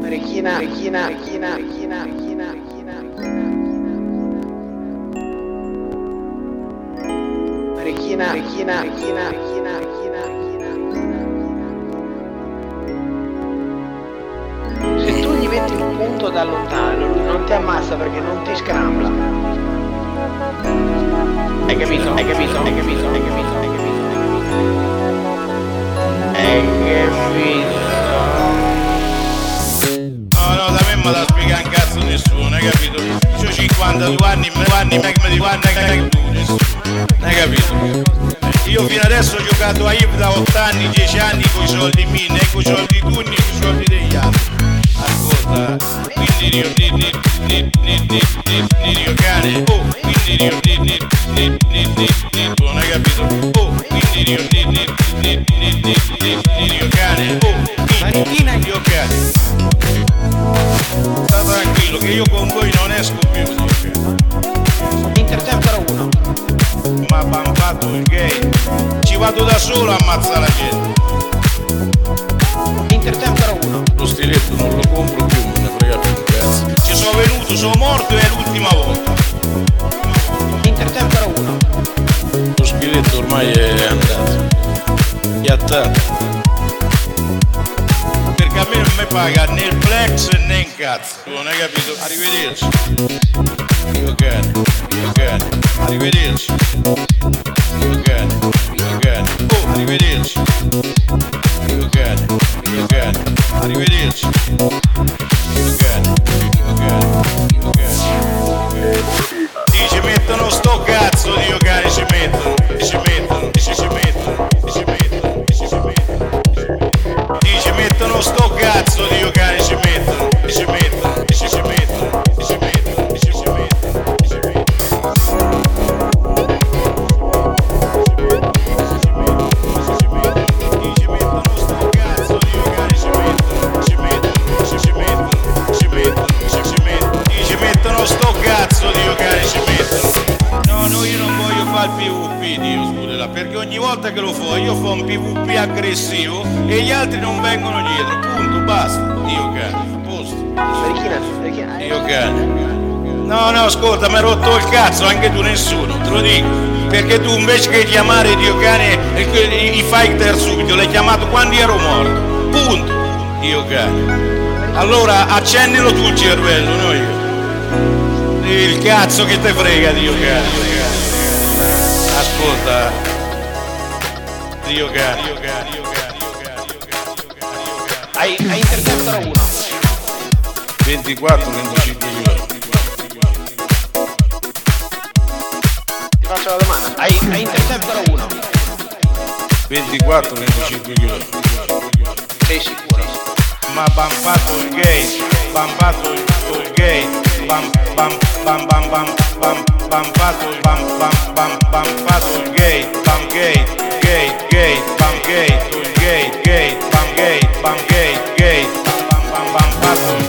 Regina, Regina, Regina, Regina, Regina, Regina, Regina, Regina, Regina, Regina, Regina, Regina. Se tu gli metti un punto da lontano, lui non ti ammazza perché non ti scrambla. Hai capito? Hai capito? Hai capito? Hai capito? Hai capito? Hai capito? No, da me la spiega un cazzo nessuno, hai capito? Io ho 52 anni, nessuno, hai capito? Io fino adesso ho giocato a IP da 8 anni, 10 anni con i soldi miei, né con i soldi tuoi, né con i soldi degli altri. Ascolta, quindi io cane, oh, quindi io non hai capito? Oh, quindi io cane, oh, quindi io cane. Sta tranquillo che io con voi non esco più. Intertempero 1. Ma bambato il gay. Ci vado da solo a ammazzare la gente. Intertempero 1. Lo stiletto non lo compro più, non ne frega più un cazzo. Ci sono venuto, sono morto e è l'ultima volta. Intertempero 1. Lo stiletto ormai è andato. Piattato. Perché a me non mi paga né il flex né in cazzo. Tu non hai capito? Arrivederci. Io cane. Arrivederci. Io cane. Oh, arrivederci. Io cane. Arrivederci. Io cane. Dice mettono sto cazzo di io cane, ci mettono. Dice mettono sto cazzo di io cane, ci mettono. Perché ogni volta che lo fo io fo un PvP aggressivo e gli altri non vengono dietro, punto, basta. Io cane, posto. Io cane. No, ascolta, mi hai rotto il cazzo, anche tu nessuno, te lo dico. Perché tu invece che chiamare Dio cane i fighter subito, l'hai chiamato quando ero morto, punto. Io cane. Allora accendilo tu il cervello, no io. Il cazzo che te frega Dio cane. Ascolta. Dio cane. Hai intertempero 1. 24, 25 giorni. Ti faccio la domanda. Hai intertempero 1. 24, 25 giorni. Sei sicuro? Ma bambato il gay, bambato il gay, bambato il gay, bam gay, bam gay, il gay, bam bambato il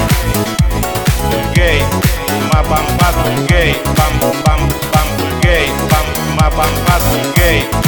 gay, ma bambato il gay, bam il gay, ma bambato il gay.